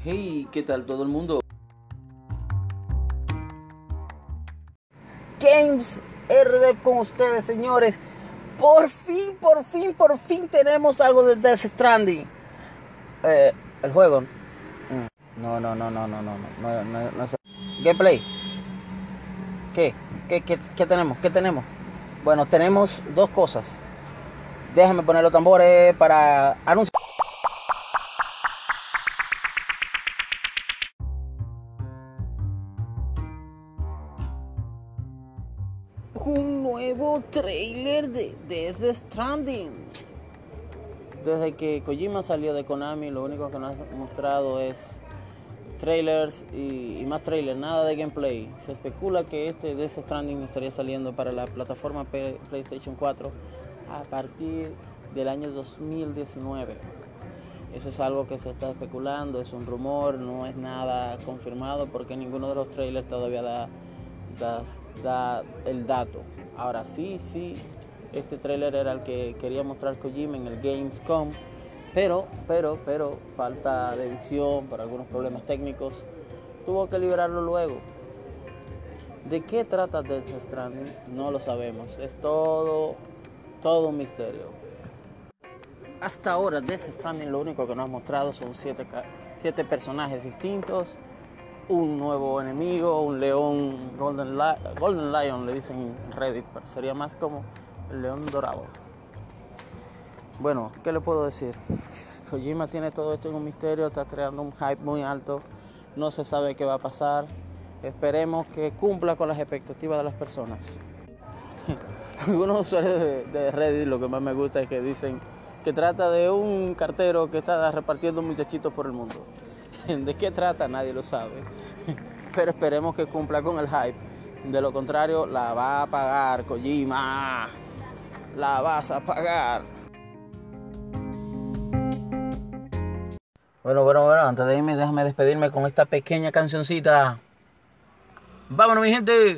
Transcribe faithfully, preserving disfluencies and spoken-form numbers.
Hey, ¿qué tal todo el mundo? Games R D con ustedes, señores. Por fin, por fin, por fin tenemos algo de Death Stranding. Eh, el juego. No, no, no, no, no, no, no, no, no, no sé. Gameplay. ¿Qué? ¿Qué, qué, qué tenemos? ¿Qué tenemos? Bueno, tenemos dos cosas. Déjame poner los tambores para anunciar. Un nuevo trailer de Death Stranding. Desde que Kojima salió de Konami, lo único que nos ha mostrado es trailers y, y más trailers, nada de gameplay. Se especula que este Death Stranding estaría saliendo para la plataforma PlayStation cuatro a partir del año dos mil diecinueve. Eso es algo que se está especulando, es un rumor, no es nada confirmado porque ninguno de los trailers todavía da, da, da el dato. Ahora sí, sí, este trailer era el que quería mostrar Kojima en el Gamescom, pero, pero, pero, falta de edición por algunos problemas técnicos, tuvo que liberarlo luego. ¿De qué trata Death Stranding? No lo sabemos, es todo, todo un misterio. Hasta ahora Death Stranding lo único que nos ha mostrado son siete, siete personajes distintos, un nuevo enemigo, un león Golden, Li- Golden Lion le dicen en Reddit, pero sería más como el león dorado. Bueno, ¿qué le puedo decir? Kojima tiene todo esto en un misterio, está creando un hype muy alto, no se sabe qué va a pasar, esperemos que cumpla con las expectativas de las personas. Algunos usuarios de, de Reddit lo que más me gusta es que dicen que trata de un cartero que está repartiendo muchachitos por el mundo. ¿De qué trata? Nadie lo sabe. Pero esperemos que cumpla con el hype. De lo contrario, la va a pagar Kojima. La vas a pagar. Bueno, bueno, bueno, antes de irme, déjame despedirme con esta pequeña cancioncita. ¡Vámonos, mi gente!